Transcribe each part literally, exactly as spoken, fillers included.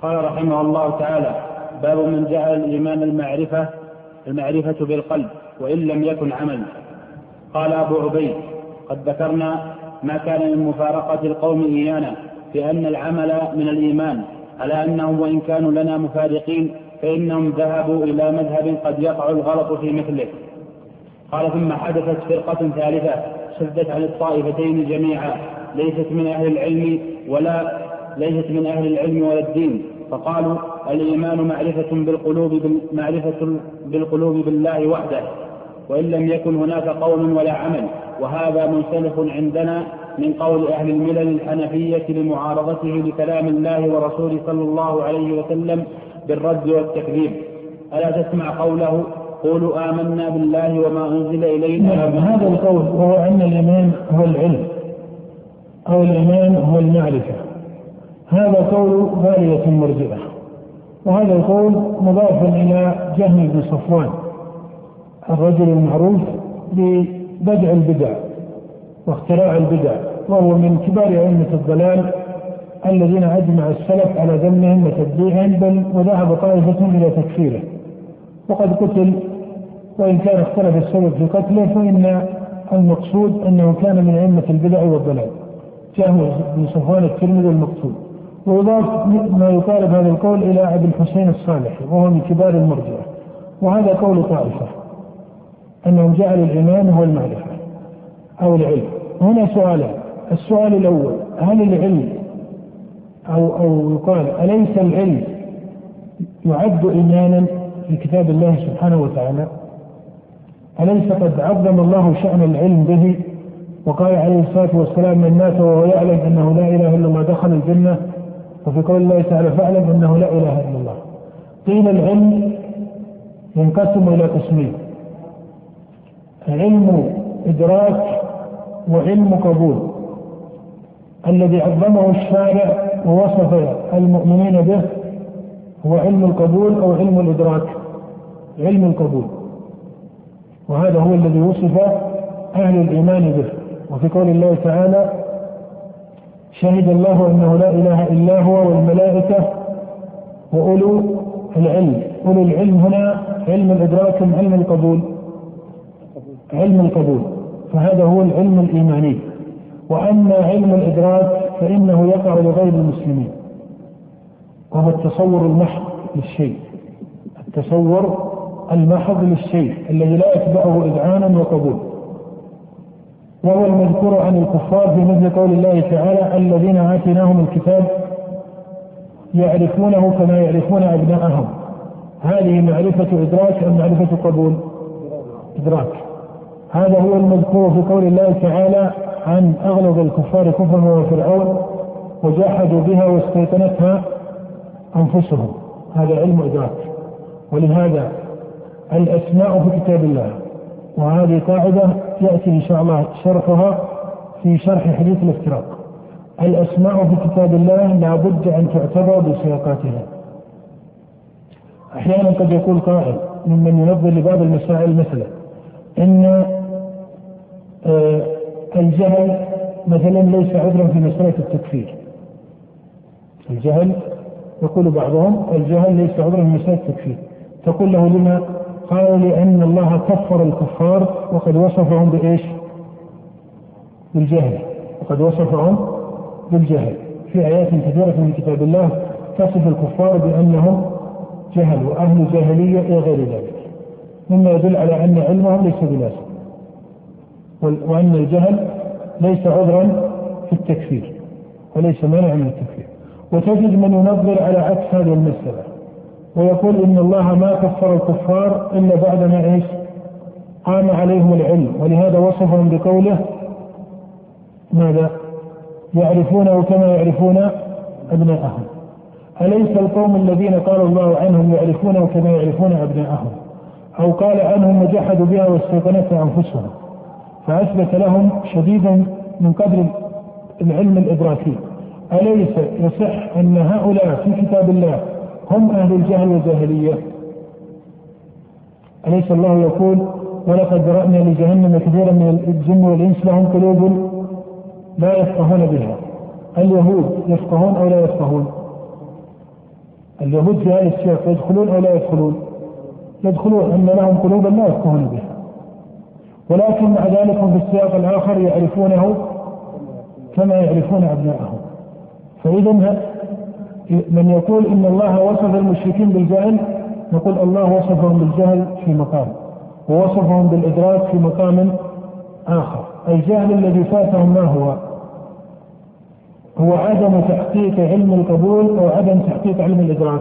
قال رحمه الله تعالى: باب من جعل الإيمان المعرفة المعرفة بالقلب وإن لم يكن عمل. قال أبو عبيد: قد ذكرنا ما كان من مفارقة القوم إيانا في أن العمل من الإيمان، على أنهم وإن كانوا لنا مفارقين فإنهم ذهبوا إلى مذهب قد يقع الغلط في مثله. قال: ثم حدثت فرقة ثالثة شدت على الطائفتين جميعا، ليست من أهل العلم ولا ليست من أهل العلم ولا الدين، فقالوا: الإيمان معرفة بالقلوب معرفة بالقلوب بالله وحده وإن لم يكن هناك قول ولا عمل. وهذا منسلخ عندنا من قول أهل الملل الحنفية لمعارضته لكلام الله ورسوله صلى الله عليه وسلم بالرد والتكذيب. ألا تسمع قوله: قولوا آمنا بالله وما أنزل إلينا. نعم، هذا القول وهو أن الإيمان هو العلم أو الإيمان هو المعرفة، هذا قول غالية مرجئة، وهذا القول مضاف إلى جهم بن صفوان الرجل المعروف ببدع البدع واختراع البدع، وهو من كبار أئمة الضلال الذين أجمع السلف على ذمهم وتبديعهم، بل وذهب طائفة إلى تكفيره وقد قتل، وإن كان اختلف السبب في قتله فإن المقصود أنه كان من أئمة البدع والضلال، جهم بن صفوان الترمذي المقتول. ويضاف ما يقارب هذا القول إلى أبي الحسين الصالحي وهو من كبار المرجئة، وهذا قول طائفة أنهم جعلوا الإيمان هو المعرفة أو العلم. هنا سؤالان: السؤال الأول: هل العلم أو, أو يقال أليس العلم يعد إيمانا في كتاب الله سبحانه وتعالى؟ أليس قد عظم الله شأن العلم به وقال عليه الصلاة والسلام: من مات وهو يعلم أنه لا إله إلا الله دخل الجنة، وفي قول الله تعالى: فاعلم أنه لا إله إلا الله. قيل العلم ينقسم إلى قسمين: علم إدراك وعلم قبول. الذي عظمه الشارع ووصف المؤمنين به هو علم القبول أو علم الإدراك، علم القبول، وهذا هو الذي وصف أهل الإيمان به. وفي قول الله تعالى: شهد الله أنه لا إله إلا هو والملائكة وأولو العلم. أولو العلم هنا علم الإدراك أم علم القبول؟ علم القبول، فهذا هو العلم الإيماني. وأما علم الإدراك فإنه يقع لغير المسلمين، وهو التصور المحض للشيء، التصور المحض للشيء الذي لا يتبعه إذعانا وقبول، وهو المذكور عن الكفار في مثل قول الله تعالى: الذين آتيناهم الكتاب يعرفونه كما يعرفون أبناءهم. هذه معرفة إدراك أم معرفة قبول؟ إدراك. هذا هو المذكور في قول الله تعالى عن أغلب الكفار كفرا وهو فرعون وجحدوا بها واستيقنتها أنفسهم، هذا علم إدراك. ولهذا الأسماء في كتاب الله، وهذه قاعدة يأتي إن شاء الله شرحها في شرح حديث الافتراق. الأسماء في كتاب الله لا بد أن تعتبر بسياقاتها. أحيانا قد يقول قائل ممن ينظر لبعض المسائل مثلا إن آه الجهل مثلا ليس عذرا في مسألة التكفير. الجهل يقول بعضهم الجهل ليس عذرا في مسألة التكفير. تقول له: لما؟ قال: لأن الله كفر الكفار وقد وصفهم بإيش؟ بالجهل، وقد وصفهم بالجهل في آيات كثيرة من كتاب الله تصف الكفار بأنهم جهل وأهل جاهلية إلى غير ذلك، مما يدل على أن علمهم ليس بلازم، وأن الجهل ليس عذرا في التكفير وليس مانعا من التكفير. وتجد من ينظر على عكس هذه المسألة ويقول إن الله ما كفر الكفار إلا بعدما إيش؟ قام عليهم العلم، ولهذا وصفهم بقوله: ماذا؟ يعرفونه كما يعرفون أبناءهم. أليس القوم الذين قال الله عنهم يعرفونه كما يعرفون أبناءهم، أو قال عنهم وجحدوا بها واستيقنتها أنفسهم، فأثبت لهم شديدا من قدر العلم الإدراكي؟ أليس يصح أن هؤلاء في كتاب الله هم أهل الجهل والجاهلية؟ أليس الله يقول: ولقد ذرأنا لجهنم كثيرا من الجن والإنس لهم قلوب لا يفقهون بها؟ اليهود يفقهون أو لا يفقهون؟ اليهود في هذا السياق يدخلون أو لا يدخلون؟ يدخلون، أن لهم قلوبا لا يفقهون بها، ولكن مع ذلك في السياق الآخر يعرفونه كما يعرفون أبنائهم. فإذا من يقول إن الله وصف المشركين بالجهل، نقول الله وصفهم بالجهل في مقام، ووصفهم بالإدراك في مقام آخر. الجهل الذي فاتهم ما هو؟ هو عدم تحقيق علم القبول أو عدم تحقيق علم الإدراك.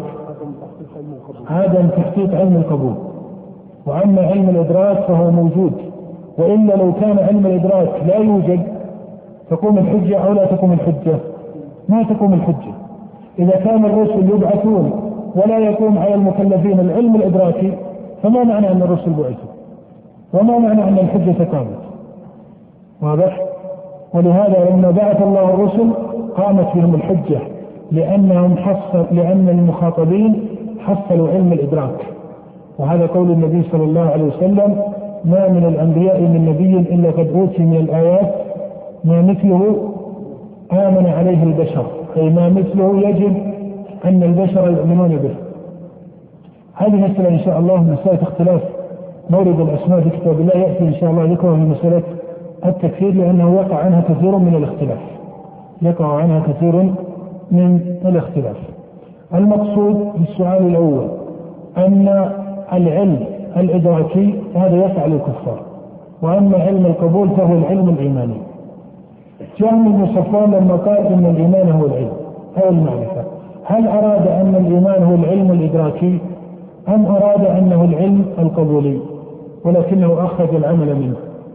عدم تحقيق علم القبول. وأما علم الإدراك فهو موجود، وإلا لو كان علم الإدراك لا يوجد تقوم الحجة أو لا تقوم الحجة؟ ما تقوم الحجة. إذا كان الرسل يبعثون ولا يقوم على المكلفين العلم الإدراكي، فما معنى أن الرسل بعثوا؟ وما معنى أن الحجة قامت؟ واضح؟ ولهذا لما بعث الله الرسل قامت بهم الحجة، لأنهم حصل لأن المخاطبين حصلوا علم الإدراك. وهذا قول النبي صلى الله عليه وسلم: ما من الأنبياء من نبي إلا قد أوتي من الآيات ما مثله آمن عليه البشر، أي ما مثله يجب أن البشر يؤمنون به. هذه مسألة إن شاء الله مسألة اختلاف مورد الأسماء في كتاب الله، يأتي إن شاء الله ذكره في مسألة التكفير، لأنه يقع عنها كثير من الاختلاف يقع عنها كثير من الاختلاف. المقصود بالسؤال الأول أن العلم الإدراكي هذا يسعى للكفار، وأما علم القبول فهو العلم الإيماني. جهم بن صفوان لما قال إن الإيمان هو العلم أو المعرفة، هل أراد أن الإيمان هو العلم الإدراكي أم أراد أنه العلم القبولي ولكنه أخرج العمل منه؟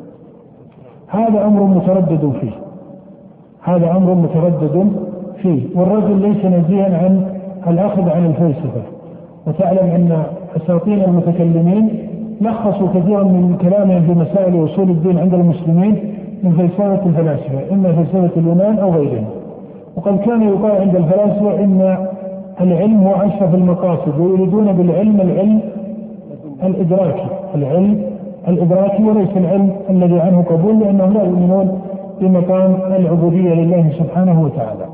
هذا أمر متردد فيه هذا أمر متردد فيه والرجل ليس نزيها عن الأخذ عن الفلسفة. وتعلم أن أساطين المتكلمين لخصوا كثيرا من كلامهم في مسائل أصول الدين عند المسلمين من فلسفة الفلاسفة، إما فلسفة اليونان أو غيرهم. وقد كان يقال عند الفلاسفة إن العلم هو أشرف المقاصد، ويريدون بالعلم العلم الإدراكي العلم الإدراكي وليس العلم الذي عنه قبول، لأنهم لا يؤمنون بمقام العبودية لله سبحانه وتعالى.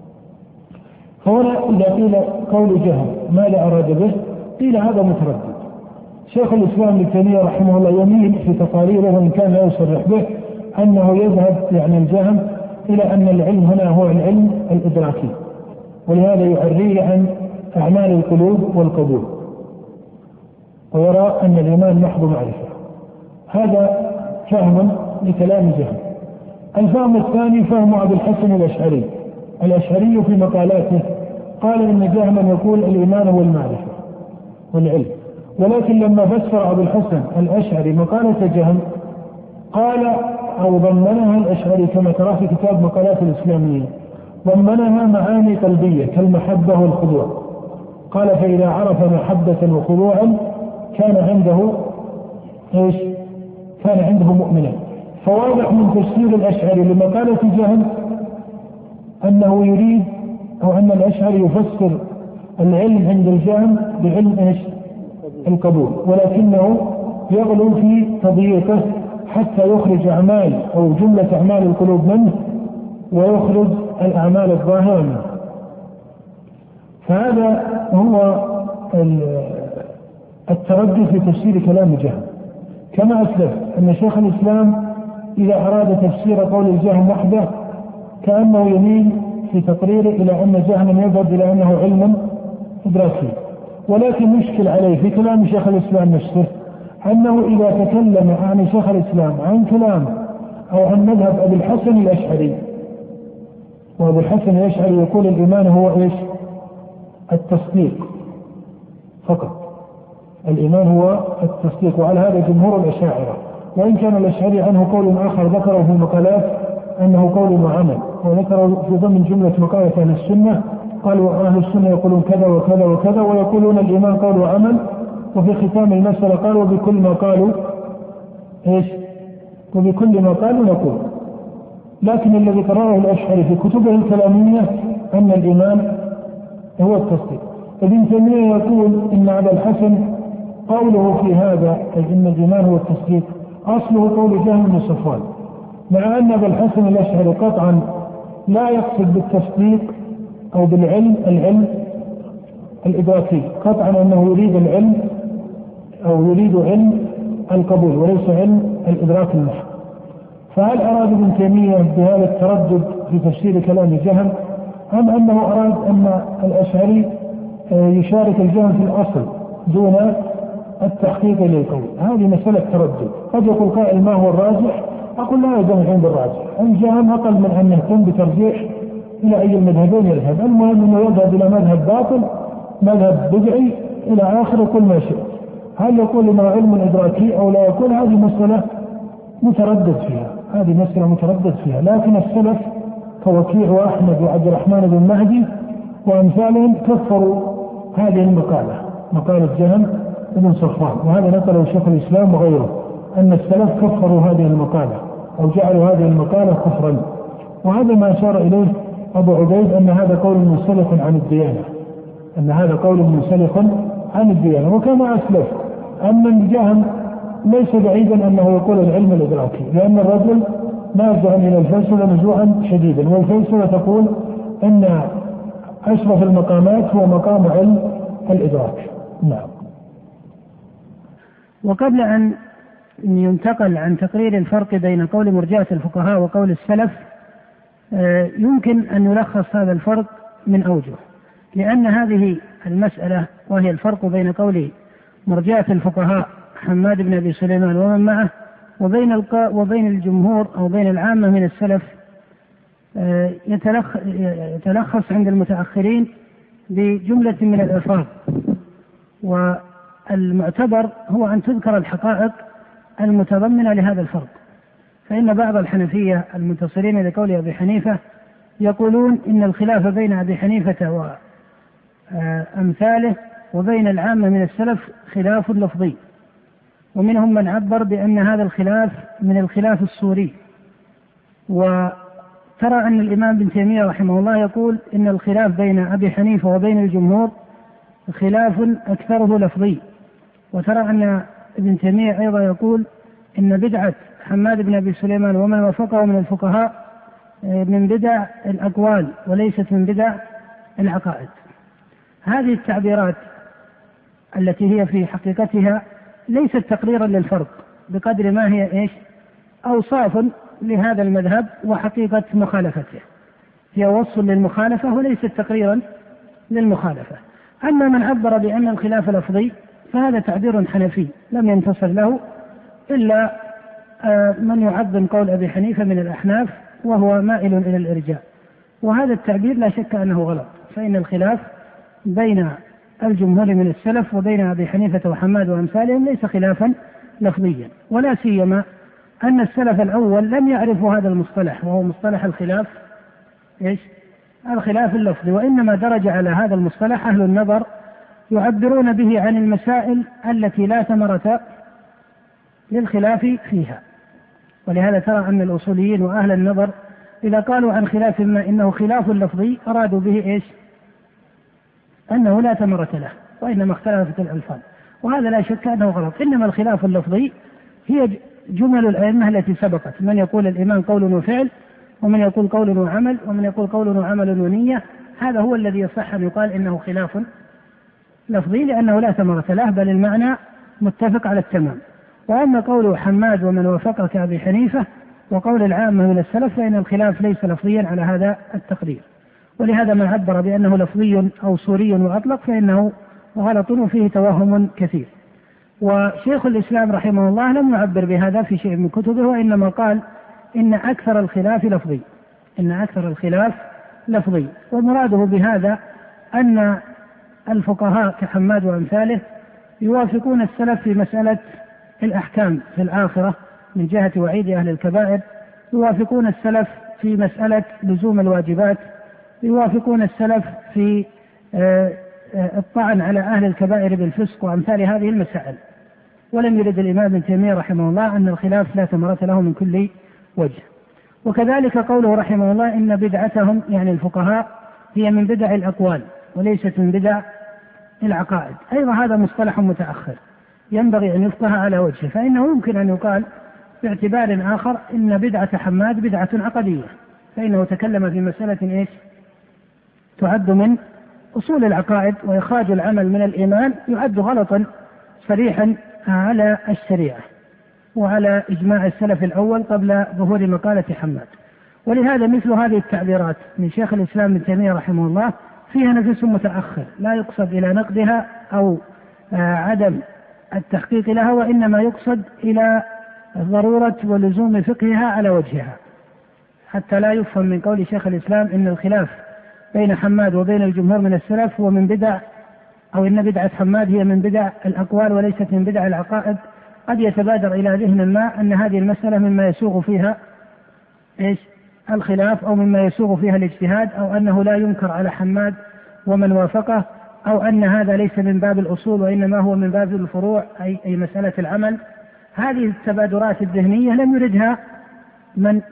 فهنا إذا قيل قول جهم ماذا أراد به؟ قيل هذا متردد. شيخ الإسلام ابن تيمية رحمه الله يميل في تقاريره وإن كان لا يصرح به أنه يذهب يعني الجهم إلى أن العلم هنا هو العلم الإدراكي، ولهذا يعريه عن أعمال القلوب والقبول، ويرى أن الإيمان محض معرفة. هذا فهم لكلام جهم. الفهم الثاني فهم أبي الحسن الأشعري. الأشعري في مقالاته قال إن جهما يقول الإيمان هو المعرفة والعلم، ولكن لما فسر أبو الحسن الأشعري مقالة جهم قال أو ضمنها الأشعري كما ترى في كتاب مقالات الإسلاميين، ضمنها معاني قلبية كالمحبة والخضوع. قال فإذا عرف محبة وخضوعا كان عنده إيش؟ كان عنده مؤمنا. فواضح من تفسير الأشعري لمقالة جهم أنه يريد أو أن الأشعري يفسر العلم عند الجهم بعلم إيش؟ القبول، ولكنه يغلو في تضييقه حتى يخرج أعمال أو جملة أعمال القلوب منه ويخرج الأعمال الظاهرة منه. فهذا هو التردد في تفسير كلام جهم. كما أسلف أن شيخ الإسلام إذا أراد تفسير قول الجهم وحده كأنه يميل في تقريره إلى أن جهما يذهب إلى أنه علم إدراكي، ولكن يشكل عليه في كلام شيخ الإسلام نفسه أنه إذا تكلم عن شيخ الإسلام عن كلام أو عن مذهب أبي الحسن الأشعري، وأبو الحسن الأشعري يقول الإيمان هو إيش؟ التصديق فقط، الإيمان هو التصديق، وعلى هذا جمهور الأشاعرة، وإن كان الأشعري عنه قول آخر ذكره في المقالات أنه قول وعمل، وذكره في ضمن جملة مقالة أهل السنة قالوا أهل السنة يقولون كذا وكذا وكذا ويقولون الإيمان قول وعمل، وفي ختام المسألة قالوا وبكل ما قالوا إيش؟ وبكل ما قالوا نقول. لكن الذي قرره الأشعري في كتبه الكلامية أن الإيمان هو التصديق. ابن تيمية يقول إن أبا الحسن قوله في هذا أي إن الإيمان هو التصديق أصله قول جهم بن صفوان، مع أن أبا الحسن الأشعري قطعا لا يقصد بالتصديق أو بالعلم العلم الإدراكي، قطعا أنه يريد العلم أو يريد علم القبول وليس علم الإدراك المحض. فهل أراد ابن تيمية بهذا التردد في تفسير كلام جهم، أم أنه أراد أن الأشعري يشارك الجهم في الأصل دون التحقيق للقول؟ هذه مسألة تردد. قد يقول قائل ما هو الراجح؟ أقول لا يجب الحين بالراجح، الجهم أقل من أن يهتم بترجيح إلى أي المذهبين يذهب، المهم أنه يذهب إلى مذهب باطل مذهب بدعي إلى آخر كل ما شئت. هل يقول إنه علم إدراكي أو لا يقول؟ هذه مسألة متردد فيها، هذه مسألة متردد فيها. لكن السلف كوكيع وأحمد وعبد الرحمن بن مهدي وأمثالهم كفروا هذه المقالة، مقالة جهم بن صفوان، وهذا نقله شيخ الإسلام وغيره، أن السلف كفروا هذه المقالة أو جعلوا هذه المقالة كفرا. وهذا ما أشار إليه أبو عبيد أن هذا قول منسلخ عن الديانة، أن هذا قول منسلخ عن الديانة. وكما أسلف أن الجهم ليس بعيدا أنه يقول العلم الإدراكي، لأن الرجل نازع إلى الفلسفة نزوعا شديدا، والفلسفة تقول أن أشرف المقامات هو مقام علم الإدراك. نعم. وقبل أن ينتقل عن تقرير الفرق بين قول مرجئة الفقهاء وقول السلف، يمكن أن يلخص هذا الفرق من أوجه، لأن هذه المسألة وهي الفرق بين قول مرجئة الفقهاء حماد بن أبي سليمان ومن معه وبين وبين الجمهور أو بين العامة من السلف يتلخص عند المتأخرين بجملة من الألفاظ، والمعتبر هو أن تذكر الحقائق المتضمنة لهذا الفرق. فإن بعض الحنفية المنتصرين لقول أبي حنيفة يقولون إن الخلاف بين أبي حنيفة وأمثاله وبين العامة من السلف خلاف لفظي، ومنهم من عبر بأن هذا الخلاف من الخلاف الصوري. وترى أن الإمام ابن تيمية رحمه الله يقول إن الخلاف بين أبي حنيفة وبين الجمهور خلاف أكثره لفظي. وترى أن ابن تيمية أيضا يقول إن بدعة حماد بن أبي سليمان ومن وافقه من الفقهاء من بدع الأقوال وليست من بدع العقائد. هذه التعبيرات التي هي في حقيقتها ليست تقريرا للفرق بقدر ما هي إيش؟ أوصاف لهذا المذهب وحقيقة مخالفته، هي وصف للمخالفة وليست تقريرا للمخالفة. أما من عبر بأن الخلاف لفظي فهذا تعبير حنفي لم ينتصر له إلا من يعظم قول أبي حنيفة من الأحناف وهو مائل إلى الإرجاء، وهذا التعبير لا شك أنه غلط. فإن الخلاف بين الجمهور من السلف وبين أبي حنيفة وحماد وأمثالهم ليس خلافا لفظيا، ولا سيما أن السلف الأول لم يعرفوا هذا المصطلح وهو مصطلح الخلاف إيش؟ الخلاف اللفظي، وإنما درج على هذا المصطلح أهل النظر يعبرون به عن المسائل التي لا ثمرة للخلاف فيها. ولهذا ترى أن الأصوليين وأهل النظر إذا قالوا عن خلاف ما إنه خلاف لفظي أرادوا به إيش؟ أنه لا ثمرة له، وإنما اختلفت الألفاظ، وهذا لا شك أنه غلط. إنما الخلاف اللفظي هي جمل الأئمة التي سبقت، من يقول الإمام قول وفعل، ومن يقول قول وعمل، ومن يقول قول وعمل ونية. هذا هو الذي يصح أن يقال إنه خلاف لفظي لأنه لا ثمرة له، بل المعنى متفق على التمام. وأما قول حماد ومن وافقه كأبي حنيفة وقول العامة من السلف فإن الخلاف ليس لفظيا على هذا التقدير. ولهذا من عبر بأنه لفظي أو صوري وأطلق فإنه غلط وفيه توهم كثير. وشيخ الإسلام رحمه الله لم يعبر بهذا في شيء من كتبه، وإنما قال إن أكثر الخلاف لفظي، إن أكثر الخلاف لفظي. ومراده بهذا أن الفقهاء كحماد وأمثاله يوافقون السلف في مسألة الأحكام في الآخرة من جهة وعيد أهل الكبائر، يوافقون السلف في مسألة لزوم الواجبات، يوافقون السلف في الطعن على أهل الكبائر بالفسق وأمثال هذه المسائل. ولم يرد الإمام ابن تيمية رحمه الله أن الخلاف لا ثمرة له من كل وجه. وكذلك قوله رحمه الله إن بدعتهم يعني الفقهاء هي من بدع الأقوال وليست من بدع العقائد، أيضا هذا مصطلح متأخر ينبغي أن يفقه على وجهه. فإنه يمكن أن يقال باعتبار آخر إن بدعة حماد بدعة عقدية، فإنه تكلم في مسألة إيش؟ تعد من أصول العقائد وإخراج العمل من الإيمان يعد غلطا صريحا على الشريعة وعلى إجماع السلف الأول قبل ظهور مقالة حماد. ولهذا مثل هذه التعبيرات من شيخ الإسلام ابن تيمية رحمه الله فيها نفس متأخر، لا يقصد إلى نقدها أو عدم التحقيق لها، وإنما يقصد إلى ضرورة ولزوم فقهها على وجهها، حتى لا يفهم من قول شيخ الإسلام إن الخلاف بين حماد وبين الجمهور من السلف هو من بدع، أو إن بدعة حماد هي من بدع الأقوال وليست من بدع العقائد. قد يتبادر إلى ذهن ما أن هذه المسألة مما يسوغ فيها إيش الخلاف، أو مما يسوغ فيها الاجتهاد، أو أنه لا ينكر على حماد ومن وافقه، أو أن هذا ليس من باب الأصول وإنما هو من باب الفروع، أي, أي مسألة العمل. هذه التبادرات الذهنية لم يردها من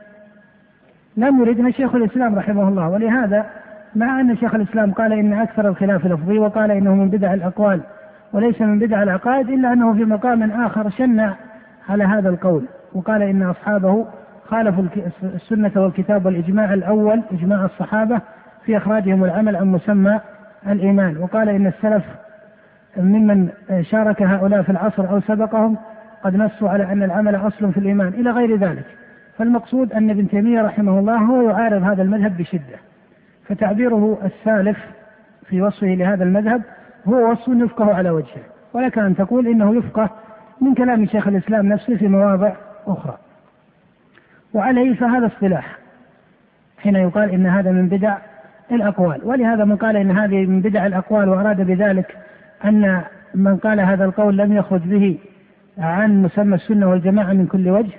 لم يردها شيخ الإسلام رحمه الله. ولهذا مع أن شيخ الإسلام قال إن أكثر الخلاف لفظي وقال إنه من بدع الأقوال وليس من بدع العقائد، إلا أنه في مقام آخر شنع على هذا القول وقال إن أصحابه خالفوا السنة والكتاب والإجماع الأول إجماع الصحابة في إخراجهم العمل عن مسمى الإيمان، وقال إن السلف ممن شارك هؤلاء في العصر أو سبقهم قد نصوا على أن العمل أصل في الإيمان إلى غير ذلك. فالمقصود أن ابن تيمية رحمه الله هو يعارض هذا المذهب بشدة، فتعبيره السالف في وصفه لهذا المذهب هو وصف يفقه على وجهه، ولك أن تقول إنه يفقه من كلام شيخ الإسلام نفسه في مواضع أخرى. وعليه فهذا اصطلاح حين يقال إن هذا من بدع الأقوال. ولهذا من قال إن هذه من بدع الأقوال وأراد بذلك أن من قال هذا القول لم يخرج به عن مسمى السنة والجماعة من كل وجه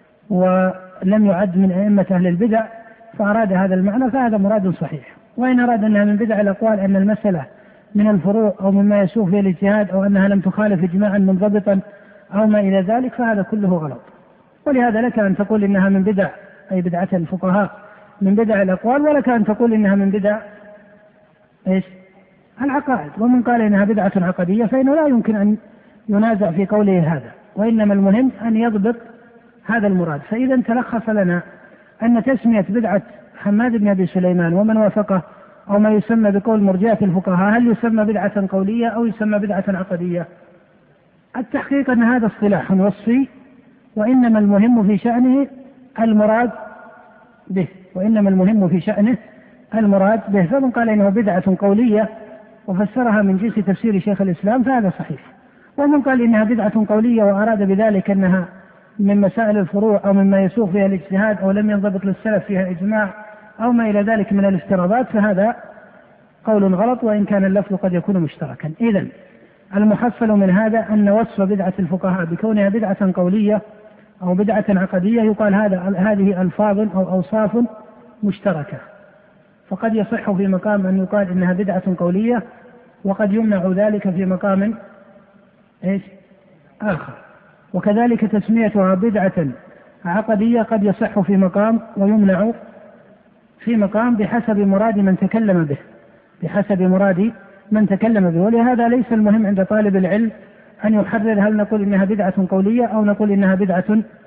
ولم يعد من أئمة أهل البدع فأراد هذا المعنى، فهذا مراد صحيح. وإن أراد أنها من بدع الأقوال أن المسألة من الفروع أو مما يسوغ فيه الاجتهاد أو أنها لم تخالف إجماعا منضبطا أو ما إلى ذلك، فهذا كله غلط. ولهذا لك أن تقول إنها من بدع أي بدعة الفقهاء من بدع الأقوال، ولك أن تقول إنها من بدع إيش العقائد. ومن قال إنها بدعة عقدية فإنه لا يمكن أن ينازع في قوله هذا، وإنما المهم أن يضبط هذا المراد. فإذا تلخص لنا أن تسمية بدعة حماد بن أبي سليمان ومن وافقه أو ما يسمى بقول مرجئة الفقهاء هل يسمى بدعة قولية أو يسمى بدعة عقدية؟ التحقيق أن هذا اصطلاح وصفي، وإنما المهم في شأنه المراد به وإنما المهم في شأنه المراد به. فمن قال إنه بدعة قولية وفسرها من جنس تفسير شيخ الإسلام فهذا صحيح، ومن قال إنها بدعة قولية وأراد بذلك أنها من مسائل الفروع أو مما يسوغ فيها الاجتهاد أو لم ينضبط للسلف فيها إجماع أو ما إلى ذلك من الافتراضات فهذا قول غلط، وإن كان اللفظ قد يكون مشتركا. إذن المحصل من هذا أن وصف بدعة الفقهاء بكونها بدعة قولية أو بدعة عقدية يقال هذا هذه ألفاظ أو أوصاف مشتركة، فقد يصح في مقام أن يقال إنها بدعة قولية، وقد يمنع ذلك في مقام إيش آخر. وكذلك تسميتها بدعة عقدية قد يصح في مقام ويمنع في مقام بحسب مراد من تكلم به بحسب مراد من تكلم به. ولهذا ليس المهم عند طالب العلم أن يحرر هل نقول إنها بدعة قولية أو نقول إنها بدعة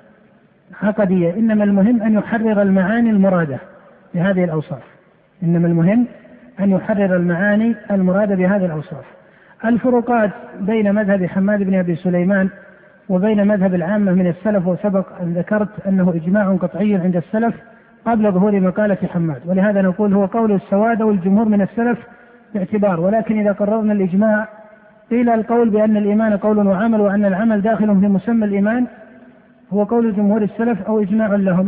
عقدية، إنما المهم أن يحرر المعاني المرادة بهذه الأوصاف إنما المهم أن يحرر المعاني المرادة بهذه الأوصاف. الفروقات بين مذهب حماد بن أبي سليمان وبين مذهب العامة من السلف، وسبق أن ذكرت أنه إجماع قطعي عند السلف قبل ظهور مقالة حماد، ولهذا نقول هو قول السواد والجمهور من السلف باعتبار. ولكن إذا قررنا الإجماع قيل القول بأن الإيمان قول وعمل وأن العمل داخل في مسمى الإيمان هو قول جمهور السلف أو إجماع لهم.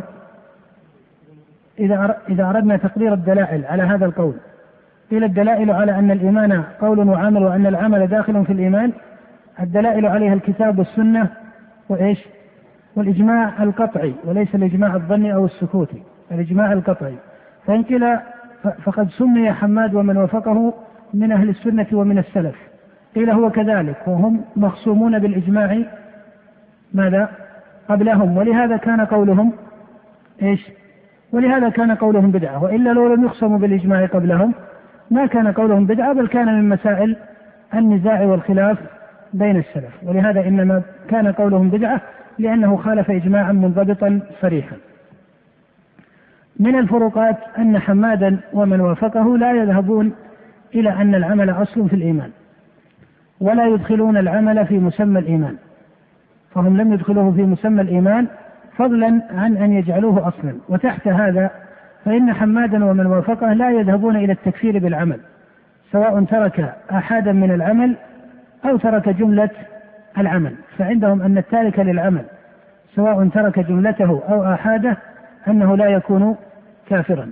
إذا إذا أردنا تقرير الدلائل على هذا القول قيل الدلائل على أن الإيمان قول وعمل وأن العمل داخل في الإيمان، الدلائل عليها الكتاب والسنة وإيش والإجماع القطعي وليس الإجماع الظني أو السكوتي، الإجماع القطعي. فإن قيل فقد سمي حماد ومن وفقه من أهل السنة ومن السلف، قيل هو كذلك وهم مخصومون بالإجماع ماذا قبلهم، ولهذا كان قولهم إيش ولهذا كان قولهم بدعة، وإلا لو لم يخصموا بالإجماع قبلهم ما كان قولهم بدعة، بل كان من مسائل النزاع والخلاف بين السلف. ولهذا إنما كان قولهم بدعة لأنه خالف إجماعا منضبطا صريحا. من الفروقات أن حمادا ومن وافقه لا يذهبون إلى أن العمل أصل في الإيمان، ولا يدخلون العمل في مسمى الإيمان، فهم لم يدخلوه في مسمى الإيمان فضلا عن أن يجعلوه أصلا. وتحت هذا فإن حمادا ومن وافقه لا يذهبون إلى التكفير بالعمل، سواء ترك أحدا من العمل أو ترك جملة العمل، فعندهم أن التارك للعمل سواء ترك جملته أو أحاده أنه لا يكون كافرا.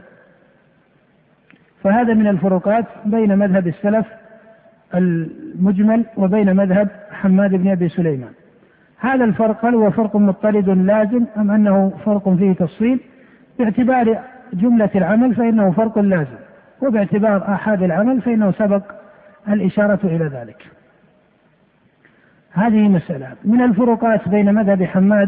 فهذا من الفروقات بين مذهب السلف المجمل وبين مذهب حماد بن أبي سليمان. هذا الفرق هل هو فرق مضطرد لازم أم أنه فرق فيه تفصيل؟ باعتبار جملة العمل فإنه فرق لازم، وباعتبار آحاد العمل فإنه سبق الإشارة إلى ذلك. هذه مسألة من الفروقات بين مذهب حماد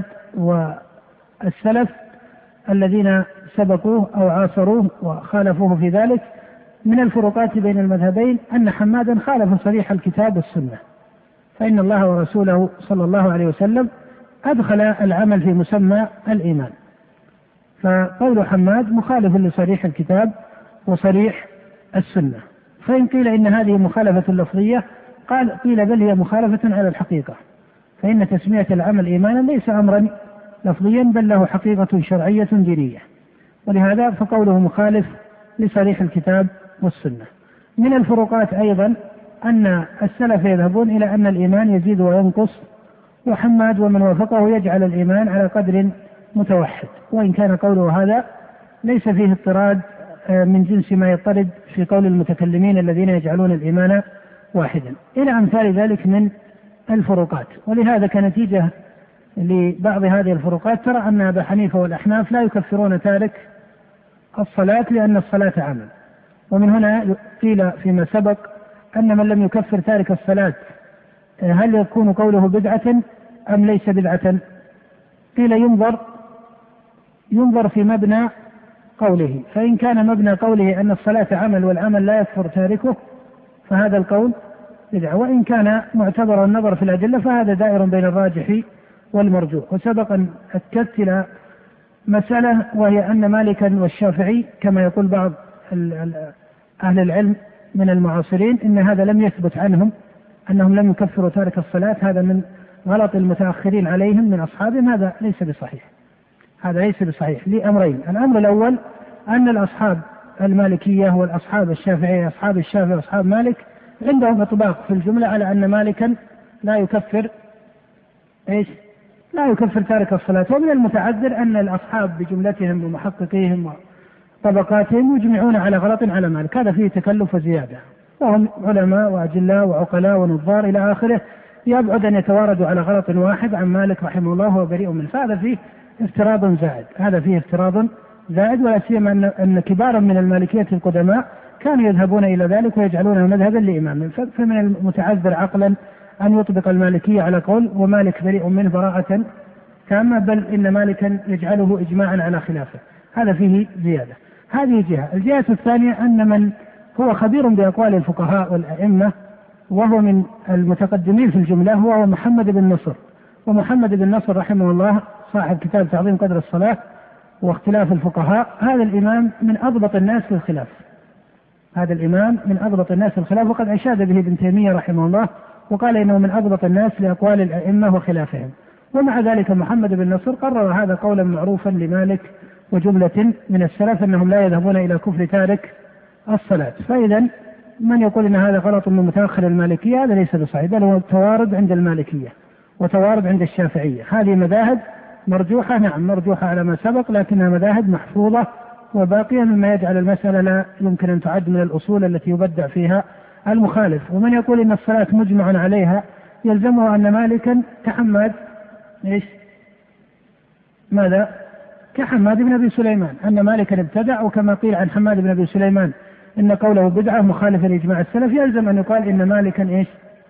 والسلف الذين سبقوه أو عاصروه وخالفوه في ذلك. من الفروقات بين المذهبين أن حمادا خالف صريح الكتاب والسنة، فإن الله ورسوله صلى الله عليه وسلم أدخل العمل في مسمى الإيمان، فقول حماد مخالف لصريح الكتاب وصريح السنة. فإن قيل إن هذه مخالفة لفظية قال قيل بل هي مخالفة على الحقيقة، فإن تسمية العمل إيمانا ليس أمرا لفظيا بل له حقيقة شرعية دينية، ولهذا فقوله مخالف لصريح الكتاب والسنة. من الفروقات أيضا أن السلف يذهبون إلى أن الإيمان يزيد وينقص، وحماد ومن وافقه يجعل الإيمان على قدر متوحد، وإن كان قوله هذا ليس فيه اضطراد من جنس ما يضطرد في قول المتكلمين الذين يجعلون الإيمان واحدا، إلى أمثال ذلك من الفروقات. ولهذا كنتيجة لبعض هذه الفروقات ترى أن أبا حنيفة والأحناف لا يكفرون تارك الصلاة لأن الصلاة عمل. ومن هنا قيل فيما سبق أن من لم يكفر تارك الصلاة هل يكون قوله بدعة أم ليس بدعة؟ قيل ينظر ينظر في مبنى قوله، فإن كان مبنى قوله أن الصلاة عمل والعمل لا يكفر تاركه فهذا القول بدعة، وإن كان معتبر النظر في الأدلة فهذا دائر بين الراجح والمرجوح. وسبق أن أكدت إلى مسألة وهي أن مالكا والشافعي كما يقول بعض أهل العلم من المعاصرين إن هذا لم يثبت عنهم أنهم لم يكفروا تارك الصلاة، هذا من غلط المتأخرين عليهم من أصحابهم، هذا ليس بصحيح، هذا ليس بصحيح لأمرين. الأمر الأول أن الأصحاب المالكية والأصحاب الشافعية أصحاب الشافعي وأصحاب مالك عندهم إطباق في الجملة على أن مالكا لا يكفر إيش؟ لا يكفر تارك الصلاة. ومن المتعذر أن الأصحاب بجملتهم ومحققيهم وطبقاتهم يجمعون على غلط على مالك، هذا فيه تكلف وزيادة، وهم علماء وأجلاء وعقلاء ونظار إلى آخره، يبعد أن يتواردوا على غلط واحد عن مالك رحمه الله وبريء منه، فهذا فيه افتراض زائد، هذا فيه افتراض زائد. ولا سيما أن, أن كبارا من المالكية القدماء كانوا يذهبون إلى ذلك ويجعلونه مذهبا لإمام، فمن المتعذر عقلا أن يطبق المالكية على قول ومالك بريء منه براءة تامة، بل إن مالكا يجعله إجماعا على خلافه، هذا فيه زيادة. هذه جهة. الجهة الثانية أن من هو خبير بأقوال الفقهاء والأئمة وهو من المتقدمين في الجملة هو محمد بن نصر، ومحمد بن نصر رحمه الله صاحب كتاب تعظيم قدر الصلاة واختلاف الفقهاء، هذا الإمام من أضبط الناس في الخلاف، هذا الإمام من أضبط الناس في الخلاف، وقد أشاد به ابن تيمية رحمه الله وقال إنه من أضبط الناس لأقوال الأئمة وخلافهم. ومع ذلك محمد بن نصر قرر هذا قولا معروفا لمالك وجملة من السلف أنهم لا يذهبون إلى كفر تارك الصلاة. فإذا من يقول إن هذا غلط من متأخر المالكية هذا ليس بصحيح، بل هو توارد عند المالكية وتوارد عند الشافعية. هذه مذاهب مرجوحة، نعم مرجوحة على ما سبق، لكنها مذاهب محفوظة وباقية، مما يجعل المسألة لا يمكن أن تعد من الأصول التي يبدع فيها المخالف. ومن يقول إن الصلاة مجمع عليها يلزمه أن مالكا كحماد إيش؟ ماذا؟ كحماد بن أبي سليمان، أن مالكا ابتدع، وكما قيل عن حماد بن أبي سليمان إن قوله بدعة مخالفة لإجماع السلف، يلزم أن يقال إن مالكا إيش؟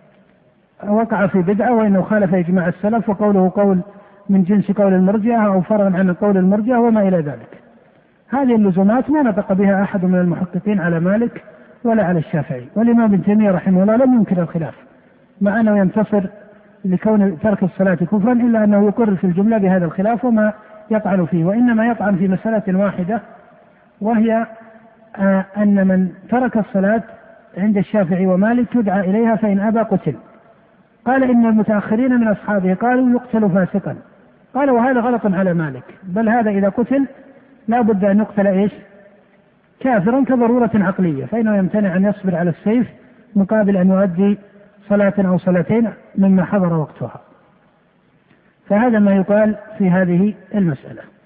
وقع في بدعة وإنه خالف إجماع السلف، وقوله قول من جنس قول المرجئة أو فرع عن قول المرجئة وما إلى ذلك. هذه اللزومات ما نطق بها أحد من المحققين على مالك ولا على الشافعي، والإمام ابن تيمية رحمه الله لم ينكر الخلاف، مع أنه ينتصر لكون ترك الصلاة كفرا، إلا أنه يقر في الجملة بهذا الخلاف وما يطعن فيه، وإنما يطعن في مسألة واحدة، وهي أن من ترك الصلاة عند الشافعي ومالك يدعى إليها فإن أبى قتل. قال إن المتأخرين من أصحابه قالوا يقتل فاسقا. قال وهذا غلط على مالك، بل هذا إذا قتل لا بد أن يقتل إيش؟ كافرا كضرورة عقلية، فإنه يمتنع أن يصبر على السيف مقابل أن يؤدي صلاة أو صلاتين مما حضر وقتها. فهذا ما يقال في هذه المسألة.